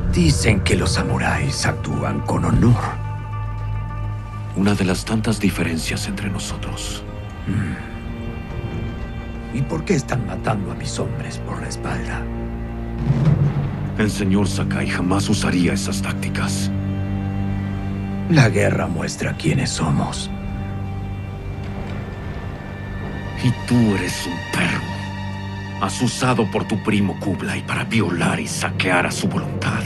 Dicen que los samuráis actúan con honor. Una de las tantas diferencias entre nosotros. ¿Y por qué están matando a mis hombres por la espalda? El señor Sakai jamás usaría esas tácticas. La guerra muestra quiénes somos. Y tú eres un perro. Has usado por tu primo Kublai para violar y saquear a su voluntad.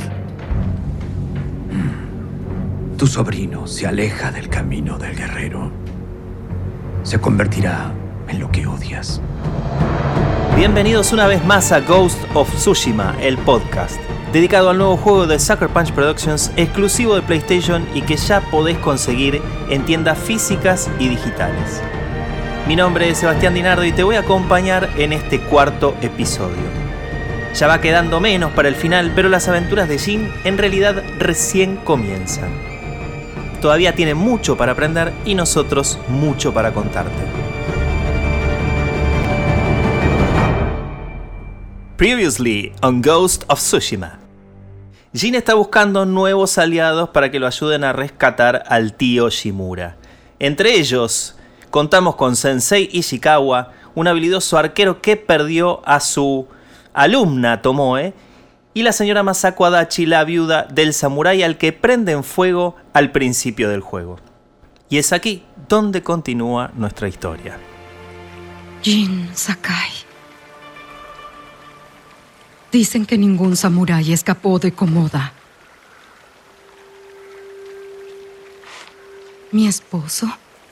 Tu sobrino se aleja del camino del guerrero. Se convertirá en lo que odias. Bienvenidos una vez más a Ghost of Tsushima, el podcast, dedicado al nuevo juego de Sucker Punch Productions, exclusivo de PlayStation y que ya podés conseguir en tiendas físicas y digitales. Mi nombre es Sebastián Dinardo y te voy a acompañar en este cuarto episodio. Ya va quedando menos para el final, pero las aventuras de Jin en realidad recién comienzan. Todavía tiene mucho para aprender y nosotros mucho para contarte. Previously on Ghost of Tsushima. Jin está buscando nuevos aliados para que lo ayuden a rescatar al tío Shimura. Entre ellos, contamos con Sensei Ishikawa, un habilidoso arquero que perdió a su alumna Tomoe, y la señora Masako Adachi, la viuda del samurái al que prenden fuego al principio del juego. Y es aquí donde continúa nuestra historia. Jin Sakai. Dicen que ningún samurái escapó de Komoda. ¿Mi esposo?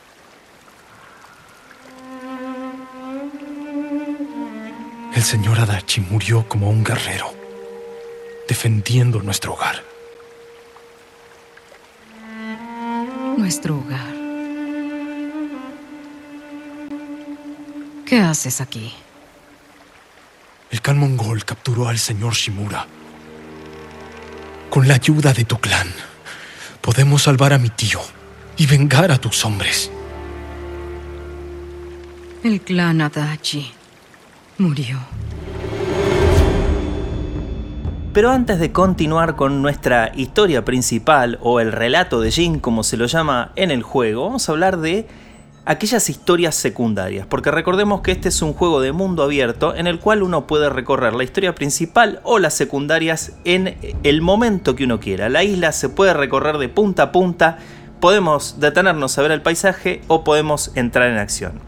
El señor Adachi murió como un guerrero, defendiendo nuestro hogar. Nuestro hogar. ¿Qué haces aquí? El clan mongol capturó al señor Shimura. Con la ayuda de tu clan, podemos salvar a mi tío y vengar a tus hombres. El clan Adachi murió. Pero antes de continuar con nuestra historia principal, o el relato de Jin como se lo llama en el juego, vamos a hablar de aquellas historias secundarias, porque recordemos que este es un juego de mundo abierto en el cual uno puede recorrer la historia principal o las secundarias en el momento que uno quiera. La isla se puede recorrer de punta a punta, podemos detenernos a ver el paisaje o podemos entrar en acción.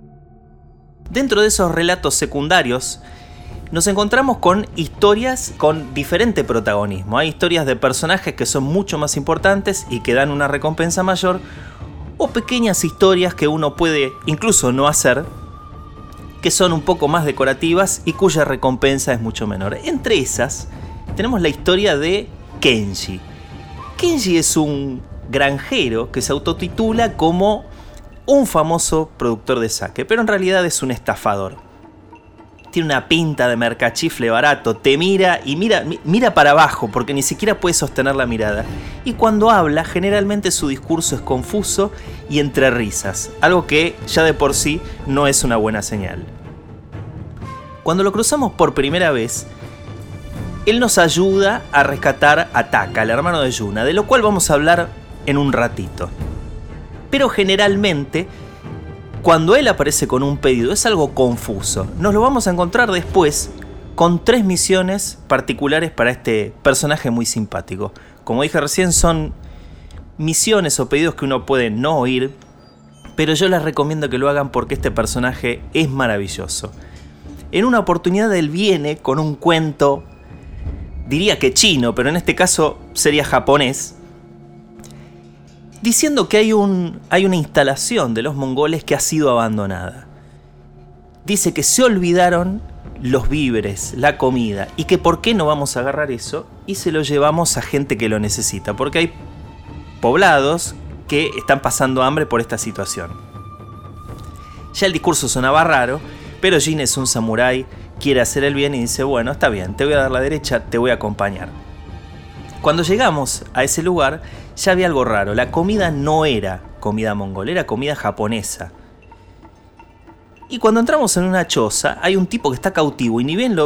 Dentro de esos relatos secundarios nos encontramos con historias con diferente protagonismo. Hay historias de personajes que son mucho más importantes y que dan una recompensa mayor, o pequeñas historias que uno puede incluso no hacer, que son un poco más decorativas y cuya recompensa es mucho menor. Entre esas tenemos la historia de Kenji. Kenji es un granjero que se autotitula como un famoso productor de sake, pero en realidad es un estafador. Tiene una pinta de mercachifle barato, te mira y mira para abajo porque ni siquiera puede sostener la mirada. Y cuando habla, generalmente su discurso es confuso y entre risas, algo que ya de por sí no es una buena señal. Cuando lo cruzamos por primera vez, él nos ayuda a rescatar a Taka, el hermano de Yuna, de lo cual vamos a hablar en un ratito. Pero generalmente, cuando él aparece con un pedido es algo confuso. Nos lo vamos a encontrar después con 3 misiones particulares para este personaje muy simpático. Como dije recién, son misiones o pedidos que uno puede no oír, pero yo les recomiendo que lo hagan porque este personaje es maravilloso. En una oportunidad él viene con un cuento, diría que chino, pero en este caso sería japonés, diciendo que hay una instalación de los mongoles que ha sido abandonada. Dice que se olvidaron los víveres, la comida, y que por qué no vamos a agarrar eso y se lo llevamos a gente que lo necesita, porque hay poblados que están pasando hambre por esta situación. Ya el discurso sonaba raro, pero Jin es un samurái, quiere hacer el bien y dice, bueno, está bien, te voy a dar la derecha, te voy a acompañar. Cuando llegamos a ese lugar, ya había algo raro. La comida no era comida mongol, era comida japonesa. Y cuando entramos en una choza, hay un tipo que está cautivo y ni bien lo ve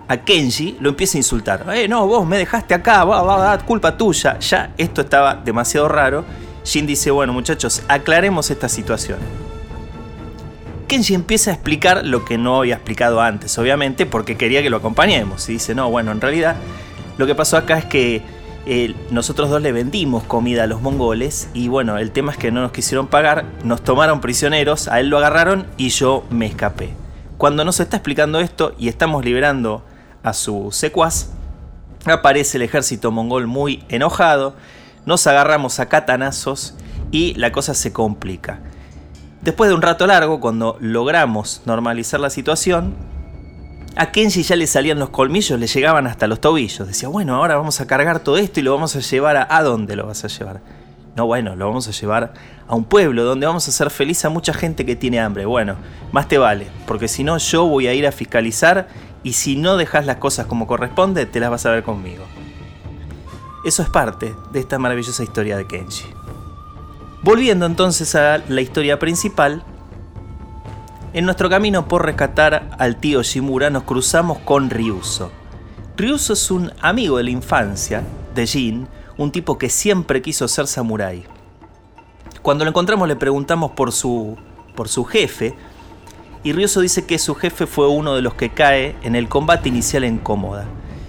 a Kenji lo empieza a insultar. No, vos me dejaste acá, culpa tuya. Ya esto estaba demasiado raro. Jin dice, bueno muchachos, aclaremos esta situación. Kenji empieza a explicar lo que no había explicado antes, obviamente, porque quería que lo acompañemos. Y dice, no, bueno, en realidad lo que pasó acá es que nosotros dos le vendimos comida a los mongoles y bueno, el tema es que no nos quisieron pagar, nos tomaron prisioneros, a él lo agarraron y yo me escapé. Cuando nos está explicando esto y estamos liberando a su secuaz, aparece el ejército mongol muy enojado, nos agarramos a katanazos y la cosa se complica. Después de un rato largo, cuando logramos normalizar la situación, a Kenji ya le salían los colmillos, le llegaban hasta los tobillos. Decía, bueno, ahora vamos a cargar todo esto y lo vamos a llevar ¿a dónde lo vas a llevar? No, bueno, lo vamos a llevar a un pueblo donde vamos a hacer feliz a mucha gente que tiene hambre. Bueno, más te vale, porque si no yo voy a ir a fiscalizar y si no dejas las cosas como corresponde, te las vas a ver conmigo. Eso es parte de esta maravillosa historia de Kenji. Volviendo entonces a la historia principal, en nuestro camino por rescatar al tío Shimura nos cruzamos con Ryuzo. Ryuzo es un amigo de la infancia de Jin, un tipo que siempre quiso ser samurái. Cuando lo encontramos le preguntamos por su jefe y Ryuzo dice que su jefe fue uno de los que cae en el combate inicial en Komoda.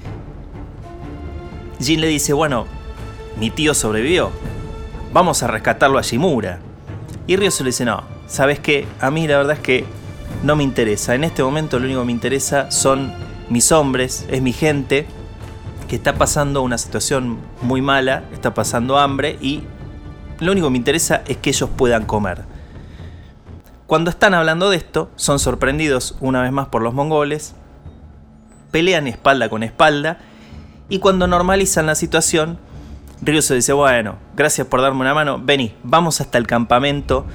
Jin le dice, bueno, mi tío sobrevivió, vamos a rescatarlo a Shimura. Y Ryuzo le dice, no, ¿sabes qué? A mí la verdad es que no me interesa. En este momento lo único que me interesa son mis hombres, es mi gente que está pasando una situación muy mala, está pasando hambre y lo único que me interesa es que ellos puedan comer. Cuando están hablando de esto, son sorprendidos una vez más por los mongoles, pelean espalda con espalda y cuando normalizan la situación, Ryuzo dice, bueno, gracias por darme una mano, vení, vamos hasta el campamento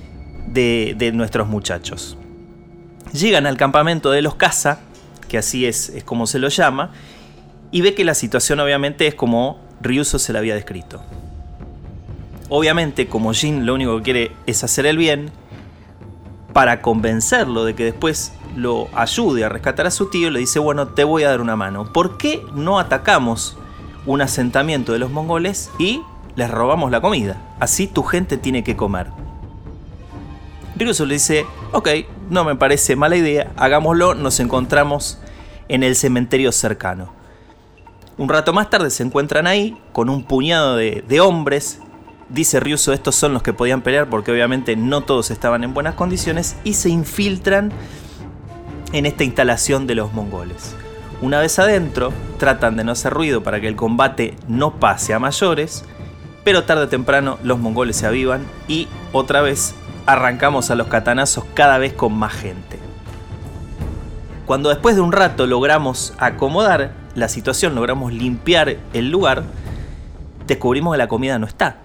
de nuestros muchachos. Llegan al campamento de los Kasa, que así es como se lo llama, y ve que la situación obviamente es como Ryuzo se la había descrito. Obviamente, como Jin lo único que quiere es hacer el bien, para convencerlo de que después lo ayude a rescatar a su tío, le dice, bueno, te voy a dar una mano. ¿Por qué no atacamos un asentamiento de los mongoles y les robamos la comida? Así tu gente tiene que comer. Ryuzo le dice, ok, no me parece mala idea, hagámoslo, nos encontramos en el cementerio cercano. Un rato más tarde se encuentran ahí con un puñado de hombres. Dice Ryuzo, estos son los que podían pelear porque obviamente no todos estaban en buenas condiciones y se infiltran en esta instalación de los mongoles. Una vez adentro, tratan de no hacer ruido para que el combate no pase a mayores, pero tarde o temprano los mongoles se avivan y otra vez arrancamos a los katanazos cada vez con más gente. Cuando después de un rato logramos acomodar la situación, logramos limpiar el lugar, descubrimos que la comida no está.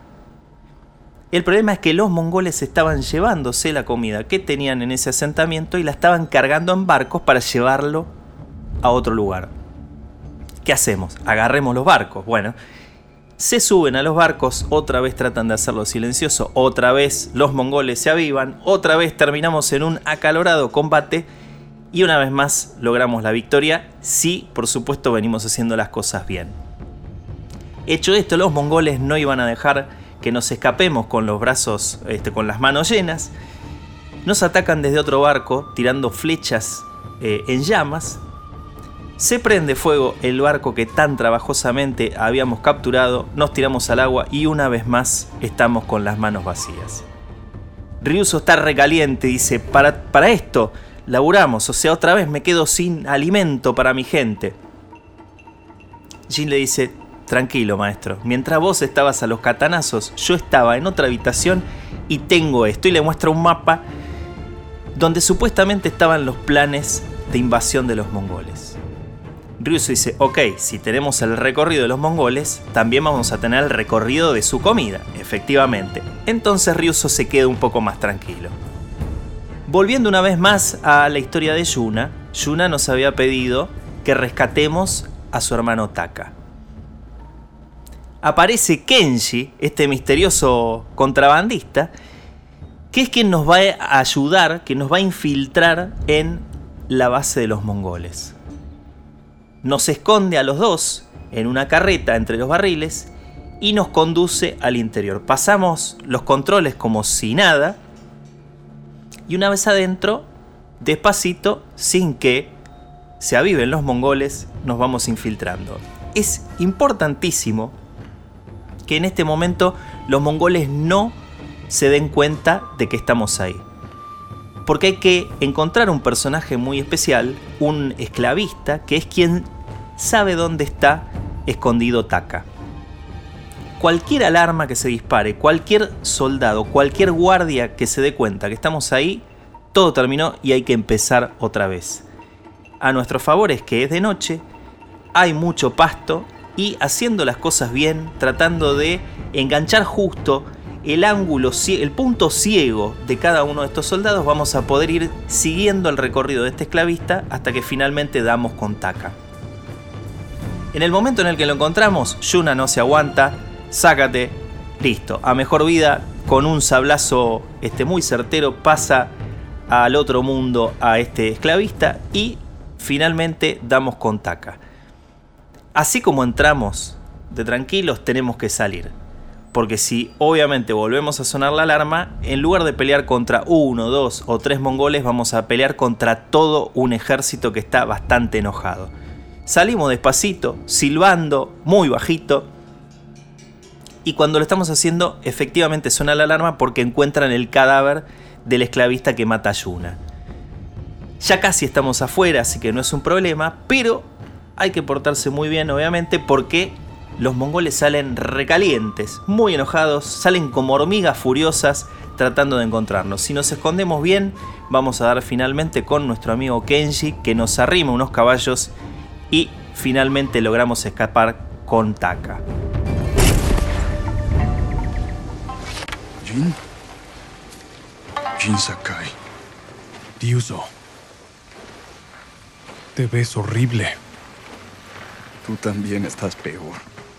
El problema es que los mongoles estaban llevándose la comida que tenían en ese asentamiento y la estaban cargando en barcos para llevarlo a otro lugar. ¿Qué hacemos? Agarremos los barcos. Bueno, se suben a los barcos, otra vez tratan de hacerlo silencioso, otra vez los mongoles se avivan, otra vez terminamos en un acalorado combate y una vez más logramos la victoria, si por supuesto venimos haciendo las cosas bien. Hecho esto, los mongoles no iban a dejar que nos escapemos con los brazos, con las manos llenas. Nos atacan desde otro barco tirando flechas en llamas. Se prende fuego el barco que tan trabajosamente habíamos capturado, nos tiramos al agua y una vez más estamos con las manos vacías. Ryuzo está recaliente, dice, para esto laburamos, o sea, otra vez me quedo sin alimento para mi gente. Jin le dice, tranquilo maestro, mientras vos estabas a los katanazos, yo estaba en otra habitación y tengo esto, y le muestra un mapa donde supuestamente estaban los planes de invasión de los mongoles. Ryuzo dice, ok, si tenemos el recorrido de los mongoles, también vamos a tener el recorrido de su comida, efectivamente. Entonces Ryuzo se queda un poco más tranquilo. Volviendo una vez más a la historia de Yuna, Yuna nos había pedido que rescatemos a su hermano Taka. Aparece Kenji, este misterioso contrabandista, que es quien nos va a ayudar, que nos va a infiltrar en la base de los mongoles. nos esconde a los dos en una carreta entre los barriles y nos conduce al interior. Pasamos los controles como si nada y una vez adentro, despacito, sin que se aviven los mongoles, nos vamos infiltrando. Es importantísimo que en este momento los mongoles no se den cuenta de que estamos ahí. Porque hay que encontrar un personaje muy especial, un esclavista, que es quien sabe dónde está escondido Taka. Cualquier alarma que se dispare, cualquier soldado, cualquier guardia que se dé cuenta que estamos ahí, todo terminó y hay que empezar otra vez. A nuestro favor es que es de noche, hay mucho pasto y haciendo las cosas bien, tratando de enganchar justo el ángulo, el punto ciego de cada uno de estos soldados, vamos a poder ir siguiendo el recorrido de este esclavista hasta que finalmente damos con Taka. En el momento en el que lo encontramos, Yuna no se aguanta, sácate, listo, a mejor vida, con un sablazo muy certero pasa al otro mundo a este esclavista y finalmente damos con Taka. Así como entramos de tranquilos, tenemos que salir. Porque si obviamente volvemos a sonar la alarma, en lugar de pelear contra 1, 2 o 3 mongoles, vamos a pelear contra todo un ejército que está bastante enojado. Salimos despacito, silbando, muy bajito. Y cuando lo estamos haciendo, efectivamente suena la alarma porque encuentran el cadáver del esclavista que mata a Yuna. Ya casi estamos afuera, así que no es un problema, pero hay que portarse muy bien, obviamente, porque los mongoles salen recalientes, muy enojados, salen como hormigas furiosas tratando de encontrarnos. Si nos escondemos bien, vamos a dar finalmente con nuestro amigo Kenji, que nos arrima unos caballos y finalmente logramos escapar con Taka. Jin Sakai. Ryuzo, te ves horrible. Tú también estás peor.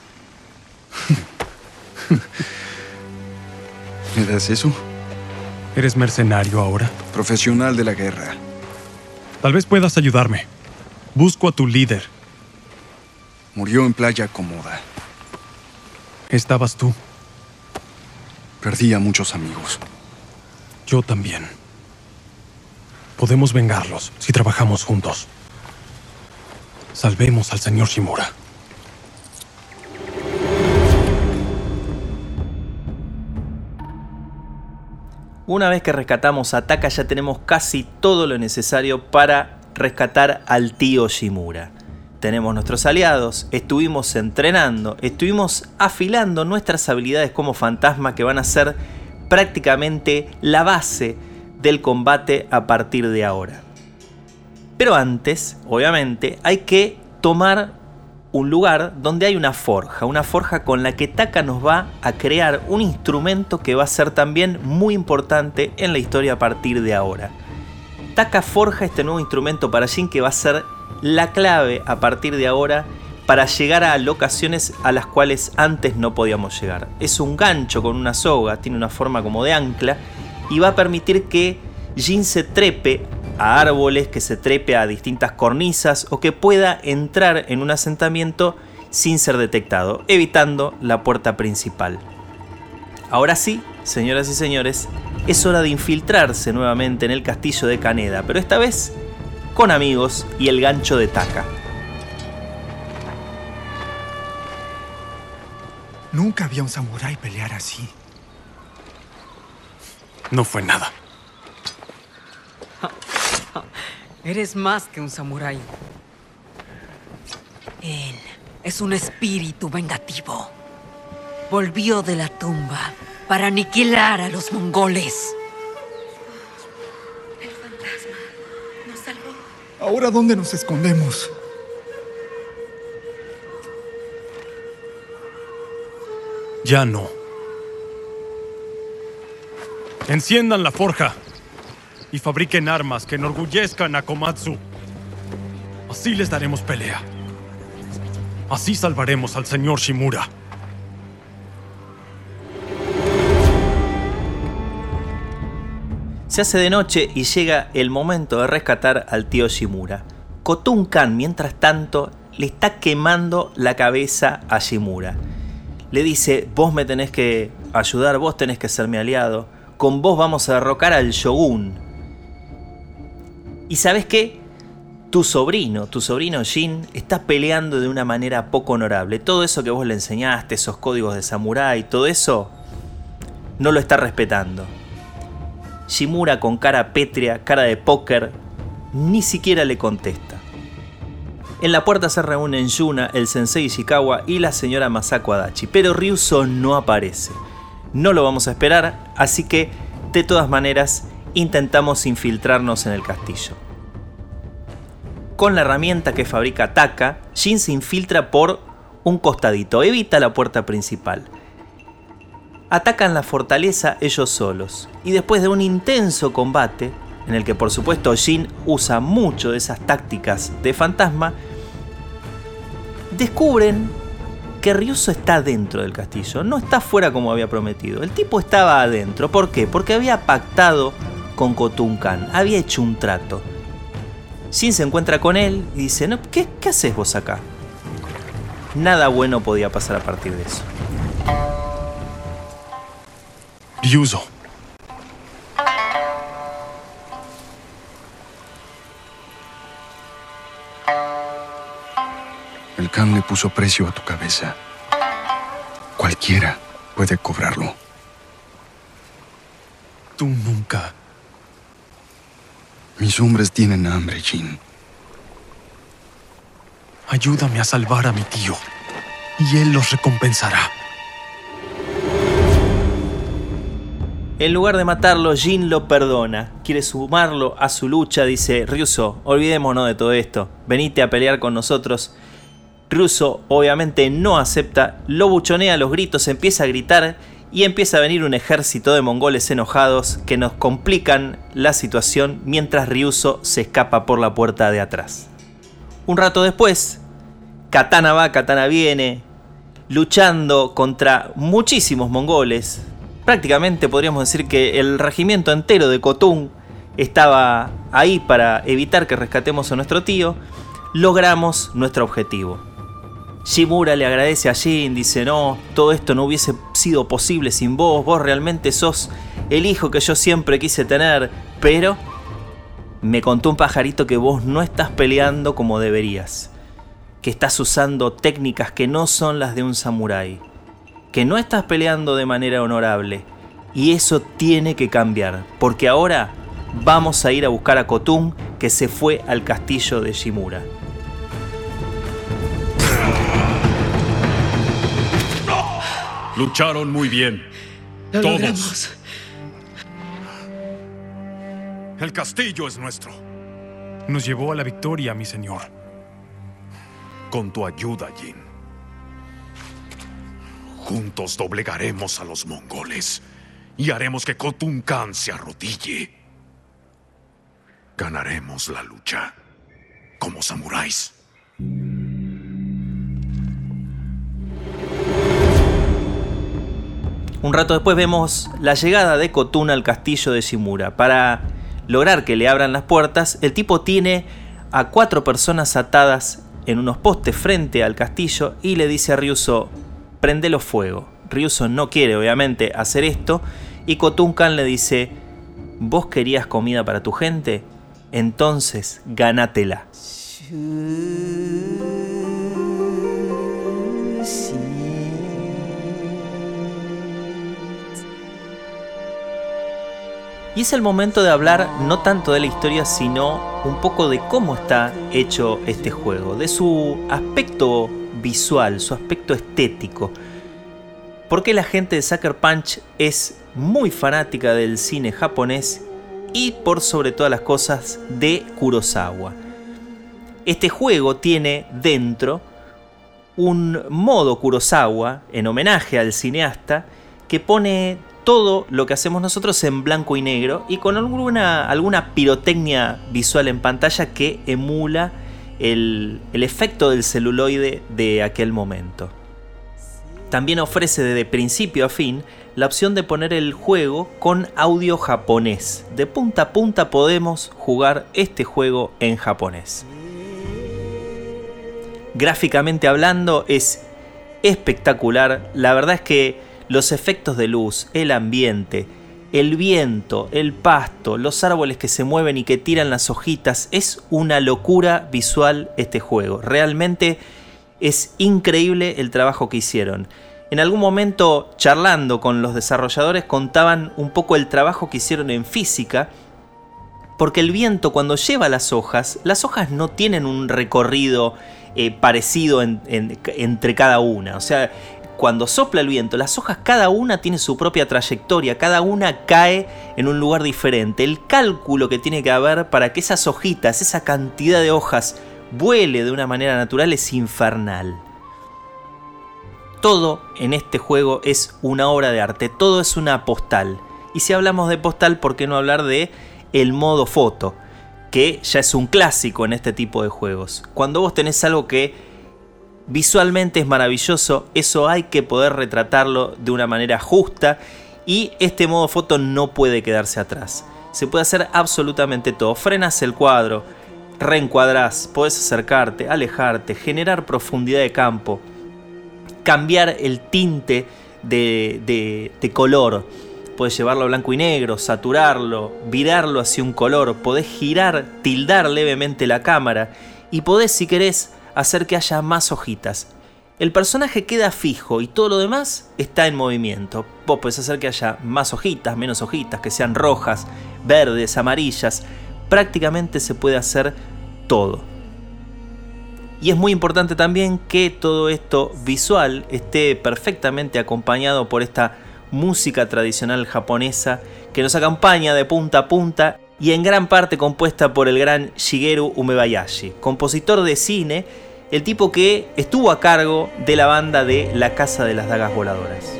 ¿Me das eso? ¿Eres mercenario ahora? Profesional de la guerra. Tal vez puedas ayudarme. Busco a tu líder. Murió en Playa Cómoda. ¿Estabas tú? Perdí a muchos amigos. Yo también. Podemos vengarlos si trabajamos juntos. Salvemos al señor Shimura. Una vez que rescatamos a Taka, ya tenemos casi todo lo necesario para rescatar al tío Shimura. Tenemos nuestros aliados, estuvimos entrenando, estuvimos afilando nuestras habilidades como fantasma que van a ser prácticamente la base del combate a partir de ahora. Pero antes, obviamente, hay que tomar un lugar donde hay una forja con la que Taka nos va a crear un instrumento que va a ser también muy importante en la historia a partir de ahora. Taka forja este nuevo instrumento para Jin que va a ser la clave a partir de ahora para llegar a locaciones a las cuales antes no podíamos llegar. Es un gancho con una soga, tiene una forma como de ancla y va a permitir que Jin se trepe a árboles, que se trepe a distintas cornisas o que pueda entrar en un asentamiento sin ser detectado, evitando la puerta principal. Ahora sí, señoras y señores, es hora de infiltrarse nuevamente en el castillo de Kaneda, pero esta vez con amigos y el gancho de Taka. Nunca vi a un samurái pelear así. No fue nada. Eres más que un samurái. Él es un espíritu vengativo. Volvió de la tumba para aniquilar a los mongoles. El fantasma nos salvó. ¿Ahora dónde nos escondemos? Ya no. Enciendan la forja y fabriquen armas que enorgullezcan a Komatsu. Así les daremos pelea. Así salvaremos al señor Shimura. Se hace de noche y llega el momento de rescatar al tío Shimura. Khotun Khan, mientras tanto, le está quemando la cabeza a Shimura. Le dice, vos me tenés que ayudar, vos tenés que ser mi aliado, con vos vamos a derrocar al Shogun. ¿Y sabes qué? Tu sobrino Jin, está peleando de una manera poco honorable. Todo eso que vos le enseñaste, esos códigos de samurái, todo eso, no lo está respetando. Shimura, con cara pétrea, cara de póker, ni siquiera le contesta. En la puerta se reúnen Yuna, el sensei Ishikawa y la señora Masako Adachi, pero Ryuzo no aparece. No lo vamos a esperar, así que, de todas maneras, intentamos infiltrarnos en el castillo. Con la herramienta que fabrica Taka, Jin se infiltra por un costadito, evita la puerta principal. Atacan la fortaleza ellos solos, y después de un intenso combate, en el que por supuesto Jin usa mucho de esas tácticas de fantasma, descubren que Ryuzo está dentro del castillo, no está fuera como había prometido. El tipo estaba adentro. ¿Por qué? Porque había pactado con Khotun Khan, había hecho un trato. Jin se encuentra con él y dice, no, ¿qué haces vos acá? Nada bueno podía pasar a partir de eso. Ryuzo. El Khan le puso precio a tu cabeza. Cualquiera puede cobrarlo. Tú nunca. Mis hombres tienen hambre, Jin. Ayúdame a salvar a mi tío, y él los recompensará. En lugar de matarlo, Jin lo perdona. Quiere sumarlo a su lucha. Dice, Ryuzo, olvidémonos de todo esto. Venite a pelear con nosotros. Ryuzo obviamente no acepta. Lo buchonea a los gritos, empieza a gritar. Y empieza a venir un ejército de mongoles enojados que nos complican la situación mientras Ryuzo se escapa por la puerta de atrás. Un rato después, Katana va, Katana viene, luchando contra muchísimos mongoles. Prácticamente podríamos decir que el regimiento entero de Khotun estaba ahí para evitar que rescatemos a nuestro tío. Logramos nuestro objetivo. Shimura le agradece a Jin, dice, no, todo esto no hubiese sido posible sin vos, vos realmente sos el hijo que yo siempre quise tener, pero me contó un pajarito que vos no estás peleando como deberías, que estás usando técnicas que no son las de un samurái, que no estás peleando de manera honorable, y eso tiene que cambiar, porque ahora vamos a ir a buscar a Khotun, que se fue al castillo de Shimura. Lucharon muy bien. Lo Todos. logramos. El castillo es nuestro. Nos llevó a la victoria, mi señor. Con tu ayuda, Jin. Juntos doblegaremos a los mongoles y haremos que Khotun Khan se arrodille. Ganaremos la lucha como samuráis. Un rato después vemos la llegada de Khotun al castillo de Shimura. Para lograr que le abran las puertas, el tipo tiene a 4 personas atadas en unos postes frente al castillo y le dice a Ryuzo, prendelo fuego. Ryuzo no quiere obviamente hacer esto y Khotun Khan le dice, ¿vos querías comida para tu gente? Entonces ganátela. Y es el momento de hablar no tanto de la historia, sino un poco de cómo está hecho este juego, de su aspecto visual, su aspecto estético. Porque la gente de Sucker Punch es muy fanática del cine japonés y por sobre todas las cosas de Kurosawa. Este juego tiene dentro un modo Kurosawa en homenaje al cineasta que pone todo lo que hacemos nosotros en blanco y negro y con alguna pirotecnia visual en pantalla que emula el efecto del celuloide de aquel momento. También ofrece de principio a fin la opción de poner el juego con audio japonés. De punta a punta podemos jugar este juego en japonés. Gráficamente hablando es espectacular. La verdad es que los efectos de luz, el ambiente, el viento, el pasto, los árboles que se mueven y que tiran las hojitas, es una locura visual este juego. Realmente es increíble el trabajo que hicieron. En algún momento, charlando con los desarrolladores, contaban un poco el trabajo que hicieron en física, porque el viento, cuando lleva las hojas no tienen un recorrido parecido entre cada una. O sea, cuando sopla el viento, las hojas cada una tiene su propia trayectoria, cada una cae en un lugar diferente. El cálculo que tiene que haber para que esas hojitas, esa cantidad de hojas, vuele de una manera natural es infernal. Todo en este juego es una obra de arte, todo es una postal. Y si hablamos de postal, ¿por qué no hablar de el modo foto? Que ya es un clásico en este tipo de juegos. Cuando vos tenés algo que visualmente es maravilloso, eso hay que poder retratarlo de una manera justa, y este modo foto no puede quedarse atrás. Se puede hacer absolutamente todo. Frenas el cuadro, reencuadrás, podés acercarte, alejarte, generar profundidad de campo, cambiar el tinte de color. Podés llevarlo a blanco y negro, saturarlo, virarlo hacia un color, podés girar, tildar levemente la cámara y podés, si querés, hacer que haya más hojitas. El personaje queda fijo y todo lo demás está en movimiento. Vos podés hacer que haya más hojitas, menos hojitas, que sean rojas, verdes, amarillas. Prácticamente se puede hacer todo. Y es muy importante también que todo esto visual esté perfectamente acompañado por esta música tradicional japonesa que nos acompaña de punta a punta y en gran parte compuesta por el gran Shigeru Umebayashi, compositor de cine, el tipo que estuvo a cargo de la banda de La Casa de las Dagas Voladoras.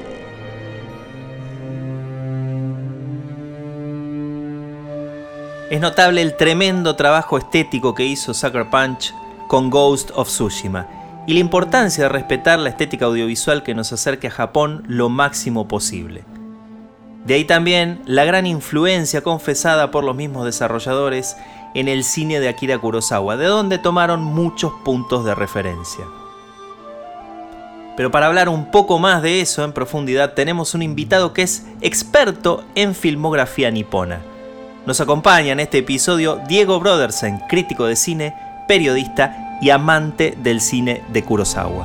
Es notable el tremendo trabajo estético que hizo Sucker Punch con Ghost of Tsushima y la importancia de respetar la estética audiovisual que nos acerque a Japón lo máximo posible. De ahí también la gran influencia confesada por los mismos desarrolladores en el cine de Akira Kurosawa, de donde tomaron muchos puntos de referencia. Pero para hablar un poco más de eso en profundidad, tenemos un invitado que es experto en filmografía nipona. Nos acompaña en este episodio Diego Brodersen, crítico de cine, periodista y amante del cine de Kurosawa.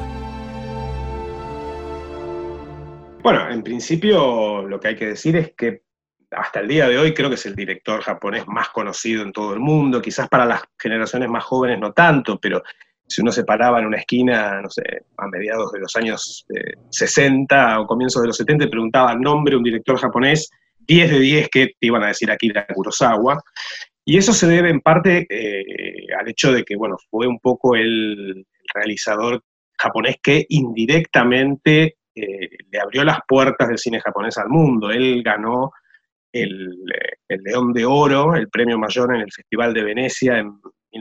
Bueno, en principio lo que hay que decir es que hasta el día de hoy creo que es el director japonés más conocido en todo el mundo. Quizás para las generaciones más jóvenes no tanto, pero si uno se paraba en una esquina, no sé, a mediados de los años 60 o comienzos de los 70 y preguntaba nombre de un director japonés, 10 de 10 que te iban a decir Akira Kurosawa. Y eso se debe en parte al hecho de que, bueno, fue un poco el realizador japonés que indirectamente le abrió las puertas del cine japonés al mundo. Él ganó el León de Oro, el premio mayor en el Festival de Venecia en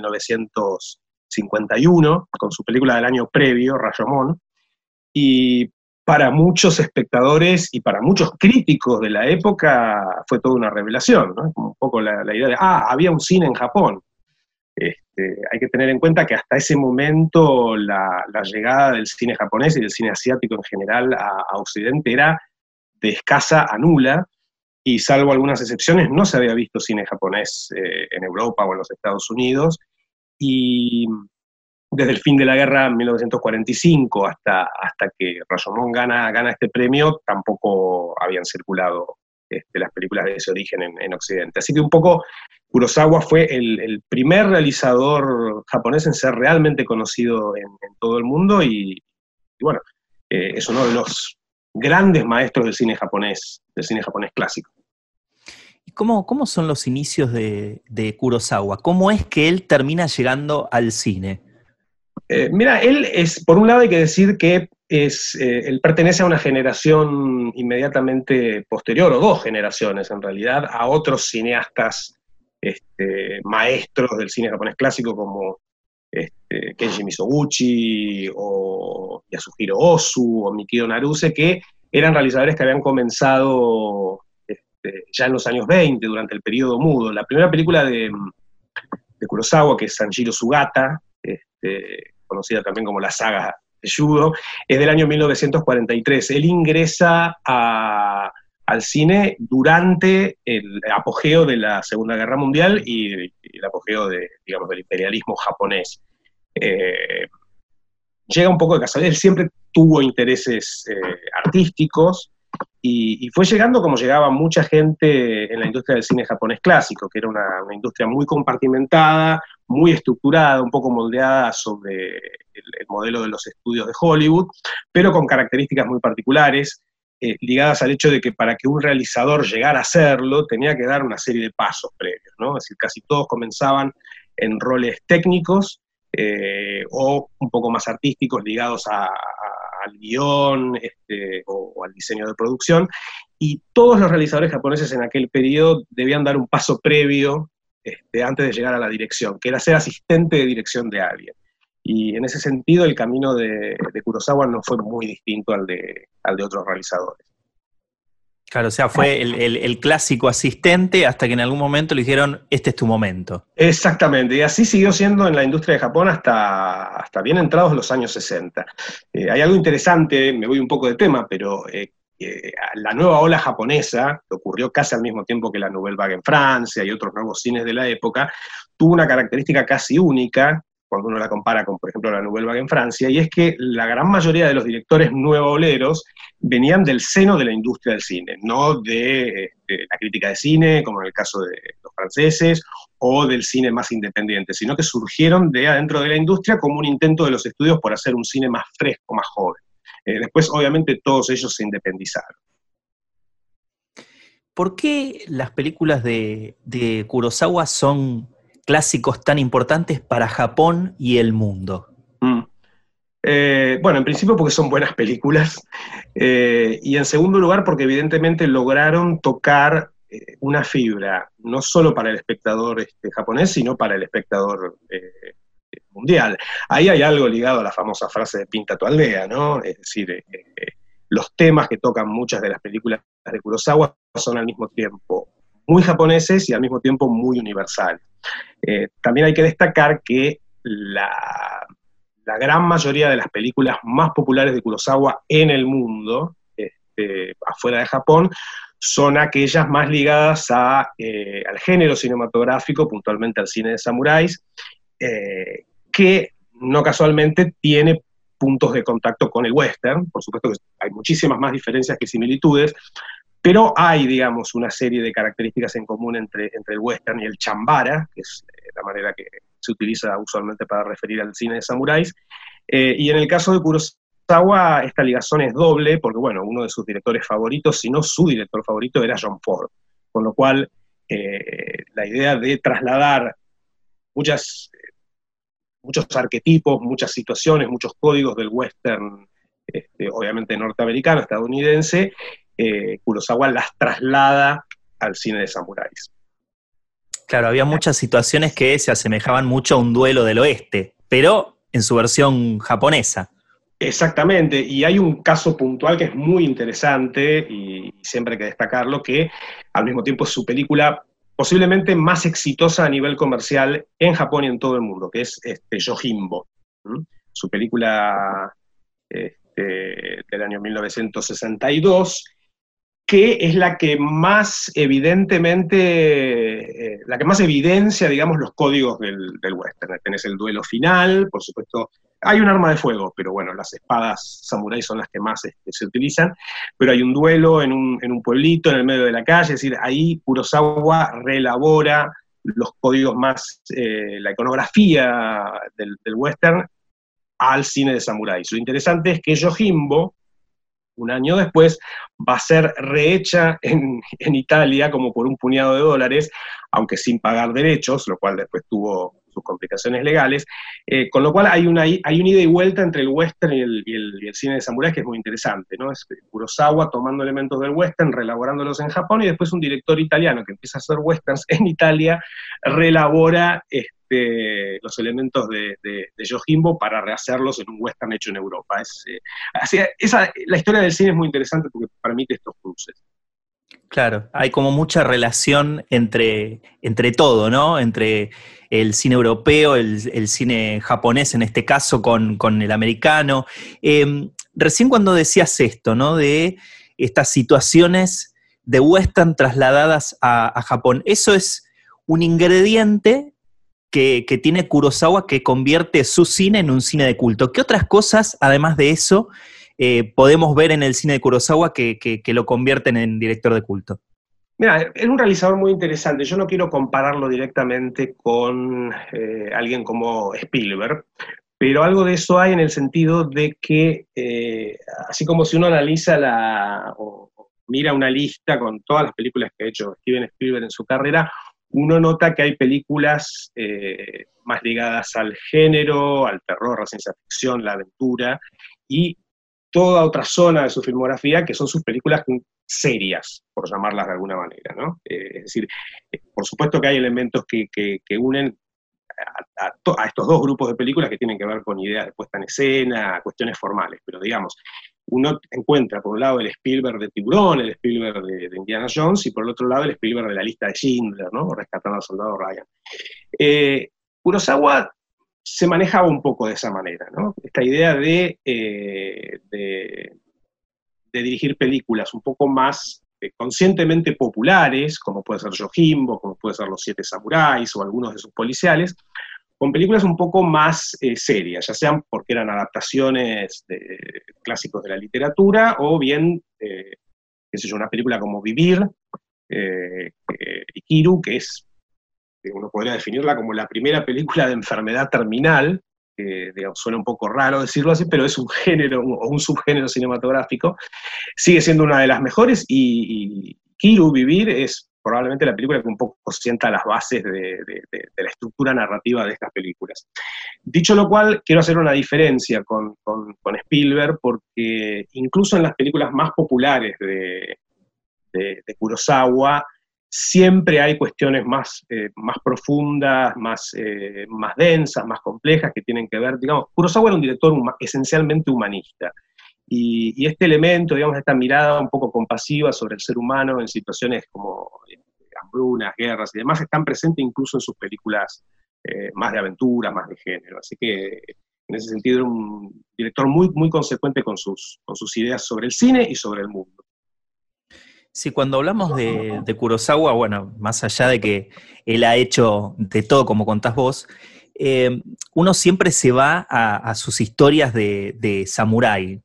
1951, con su película del año previo, Rashomon, y para muchos espectadores y para muchos críticos de la época fue toda una revelación, ¿no? Como un poco la idea de, había un cine en Japón. Hay que tener en cuenta que hasta ese momento la llegada del cine japonés y del cine asiático en general a Occidente era de escasa a nula, y salvo algunas excepciones no se había visto cine japonés en Europa o en los Estados Unidos, y desde el fin de la guerra en 1945 hasta que Rashomon gana este premio, tampoco habían circulado las películas de ese origen en Occidente. Así que un poco Kurosawa fue el primer realizador japonés en ser realmente conocido en todo el mundo, y bueno, es uno de los grandes maestros del cine japonés clásico. ¿Y cómo son los inicios de Kurosawa? ¿Cómo es que él termina llegando al cine? Mira, él es, por un lado hay que decir que él pertenece a una generación inmediatamente posterior, o dos generaciones en realidad, a otros cineastas maestros del cine japonés clásico como Kenji Mizoguchi, o Yasuhiro Ozu, o Mikio Naruse, que eran realizadores que habían comenzado ya en los años 20, durante el periodo mudo. La primera película de Kurosawa, que es Sanjiro Sugata, conocida también como la saga de judo, es del año 1943. Él ingresa al cine durante el apogeo de la Segunda Guerra Mundial y el apogeo digamos, del imperialismo japonés. Llega un poco de casualidad, él siempre tuvo intereses artísticos, y fue llegando como llegaba mucha gente en la industria del cine japonés clásico, que era una industria muy compartimentada, muy estructurada, un poco moldeada sobre el modelo de los estudios de Hollywood, pero con características muy particulares, ligadas al hecho de que para que un realizador llegara a hacerlo, tenía que dar una serie de pasos previos, ¿no? Es decir, casi todos comenzaban en roles técnicos, o un poco más artísticos, ligados al guión o al diseño de producción, y todos los realizadores japoneses en aquel periodo debían dar un paso previo antes de llegar a la dirección, que era ser asistente de dirección de alguien. Y en ese sentido el camino de Kurosawa no fue muy distinto al de otros realizadores. Claro, o sea, fue el clásico asistente hasta que en algún momento le dijeron, este es tu momento. Exactamente, y así siguió siendo en la industria de Japón hasta bien entrados los años 60. Hay algo interesante, me voy un poco de tema, pero la nueva ola japonesa, que ocurrió casi al mismo tiempo que la Nouvelle Vague en Francia y otros nuevos cines de la época, tuvo una característica casi única, cuando uno la compara con, por ejemplo, la Nouvelle Vague en Francia, y es que la gran mayoría de los directores nuevoleros venían del seno de la industria del cine, no de la crítica de cine, como en el caso de los franceses, o del cine más independiente, sino que surgieron de adentro de la industria como un intento de los estudios por hacer un cine más fresco, más joven. Después, obviamente, todos ellos se independizaron. ¿Por qué las películas de Kurosawa son clásicos tan importantes para Japón y el mundo? Bueno, en principio porque son buenas películas, y en segundo lugar porque evidentemente lograron tocar una fibra, no solo para el espectador japonés, sino para el espectador mundial. Ahí hay algo ligado a la famosa frase de pinta tu aldea, ¿no? Es decir, los temas que tocan muchas de las películas de Kurosawa son al mismo tiempo muy japoneses y al mismo tiempo muy universales. También hay que destacar que la gran mayoría de las películas más populares de Kurosawa en el mundo, afuera de Japón, son aquellas más ligadas al género cinematográfico, puntualmente al cine de samuráis, que no casualmente tiene puntos de contacto con el western. Por supuesto que hay muchísimas más diferencias que similitudes, pero hay, digamos, una serie de características en común entre el western y el chambara, que es la manera que se utiliza usualmente para referir al cine de samuráis. Y en el caso de Kurosawa, esta ligazón es doble, porque, bueno, uno de sus directores favoritos, si no su director favorito, era John Ford. Con lo cual, la idea de trasladar muchos arquetipos, muchas situaciones, muchos códigos del western, obviamente norteamericano, estadounidense, Kurosawa las traslada al cine de samuráis. Claro, había muchas situaciones que se asemejaban mucho a un duelo del oeste, pero en su versión japonesa. Exactamente, y hay un caso puntual que es muy interesante, y siempre hay que destacarlo, que al mismo tiempo es su película posiblemente más exitosa a nivel comercial en Japón y en todo el mundo, que es Yojimbo, su película del año 1962, que es la que más evidentemente, la que más evidencia, digamos, los códigos del western. Tenés el duelo final, por supuesto, hay un arma de fuego, pero bueno, las espadas samuráis son las que más se utilizan, pero hay un duelo en un pueblito, en el medio de la calle, es decir, ahí Kurosawa reelabora los códigos más, la iconografía del western al cine de samuráis. Lo interesante es que Yojimbo, un año después, va a ser rehecha en Italia como por un puñado de dólares, aunque sin pagar derechos, lo cual después tuvo sus complicaciones legales, con lo cual hay un ida y vuelta entre el western y el cine de samuráis que es muy interesante, ¿no? Es Kurosawa tomando elementos del western, reelaborándolos en Japón, y después un director italiano que empieza a hacer westerns en Italia, reelabora los elementos de Yojimbo para rehacerlos en un western hecho en Europa. La historia del cine es muy interesante porque permite estos cruces. Claro, hay como mucha relación entre todo, ¿no? Entre el cine europeo, el cine japonés en este caso con el americano. Recién cuando decías esto, ¿no? De estas situaciones de western trasladadas a Japón, eso es un ingrediente que tiene Kurosawa que convierte su cine en un cine de culto. ¿Qué otras cosas, además de eso, podemos ver en el cine de Kurosawa que lo convierten en director de culto? Mira, es un realizador muy interesante. Yo no quiero compararlo directamente con alguien como Spielberg, pero algo de eso hay en el sentido de que, así como si uno analiza o mira una lista con todas las películas que ha hecho Steven Spielberg en su carrera, uno nota que hay películas más ligadas al género, al terror, a la ciencia ficción, la aventura, y toda otra zona de su filmografía que son sus películas serias, por llamarlas de alguna manera, ¿no? Es decir, por supuesto que hay elementos que unen a estos dos grupos de películas que tienen que ver con ideas de puesta en escena, cuestiones formales, pero digamos, uno encuentra por un lado el Spielberg de Tiburón, el Spielberg de Indiana Jones, y por el otro lado el Spielberg de La lista de Schindler, ¿no? O Rescatando al soldado Ryan. Kurosawa se manejaba un poco de esa manera, ¿no? Esta idea de dirigir películas un poco más conscientemente populares, como puede ser Yojimbo, como puede ser Los Siete Samuráis o algunos de sus policiales, con películas un poco más serias, ya sean porque eran adaptaciones de clásicos de la literatura, o bien, qué sé yo, una película como Vivir, Ikiru, que es, uno podría definirla como la primera película de enfermedad terminal, digamos, suena un poco raro decirlo así, pero es un género o un subgénero cinematográfico, sigue siendo una de las mejores, y Ikiru, Vivir, es probablemente la película que un poco sienta las bases de la estructura narrativa de estas películas. Dicho lo cual, quiero hacer una diferencia con Spielberg, porque incluso en las películas más populares de Kurosawa, siempre hay cuestiones más profundas, más densas, más complejas, que tienen que ver, digamos, Kurosawa era un director esencialmente humanista, y este elemento, digamos, esta mirada un poco compasiva sobre el ser humano en situaciones como hambrunas, guerras y demás, están presentes incluso en sus películas más de aventura, más de género, así que en ese sentido era un director muy, muy consecuente con sus ideas sobre el cine y sobre el mundo. Sí, cuando hablamos de Kurosawa, bueno, más allá de que él ha hecho de todo, como contás vos, uno siempre se va a sus historias de samurái.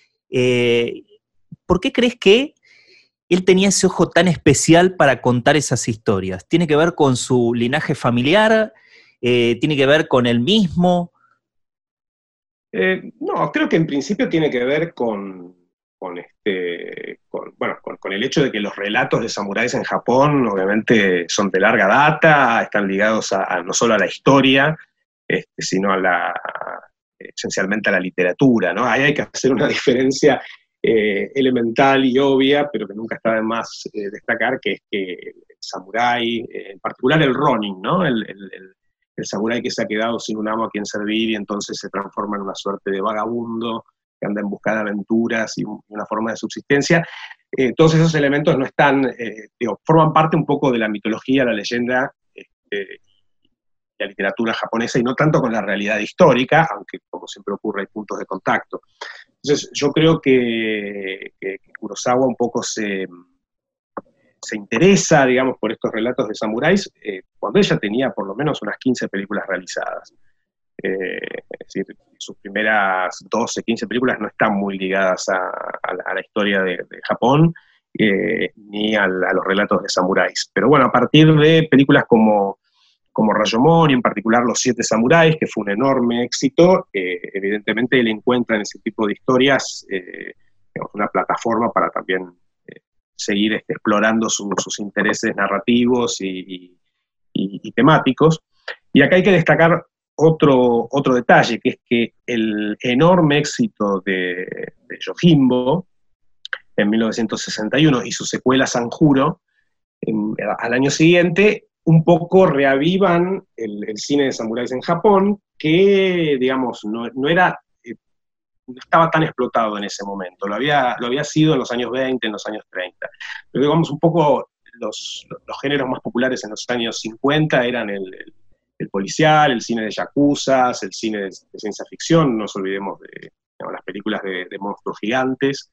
¿Por qué crees que él tenía ese ojo tan especial para contar esas historias? ¿Tiene que ver con su linaje familiar? ¿Tiene que ver con él mismo? No, creo que en principio tiene que ver con el hecho de que los relatos de samuráis en Japón obviamente son de larga data, están ligados no solo a la historia, sino esencialmente a la literatura, ¿no? Ahí hay que hacer una diferencia elemental y obvia, pero que nunca está de más destacar, que es que el samurái, en particular el ronin, ¿no? El samurái que se ha quedado sin un amo a quien servir y entonces se transforma en una suerte de vagabundo que anda en busca de aventuras y una forma de subsistencia. Todos esos elementos no están, forman parte un poco de la mitología, la leyenda, la literatura japonesa, y no tanto con la realidad histórica, aunque como siempre ocurre hay puntos de contacto. Entonces yo creo que Kurosawa un poco se interesa, digamos, por estos relatos de samuráis cuando ella tenía por lo menos unas 15 películas realizadas. Es decir, sus primeras 12, 15 películas no están muy ligadas a la historia de Japón, ni a los relatos de samuráis. Pero bueno, a partir de películas como Rashomon, y en particular Los Siete Samuráis, que fue un enorme éxito, evidentemente él encuentra en ese tipo de historias una plataforma para también seguir explorando sus intereses narrativos y temáticos. Y acá hay que destacar otro detalle, que es que el enorme éxito de Yojimbo en 1961 y su secuela Sanjuro al año siguiente un poco reavivan el cine de samuráis en Japón, que, digamos, no era estaba tan explotado en ese momento, lo había sido en los años 20, en los años 30. Pero digamos un poco los géneros más populares en los años 50 eran el policial, el cine de yakuzas, el cine de ciencia ficción, no nos olvidemos de las películas de monstruos gigantes,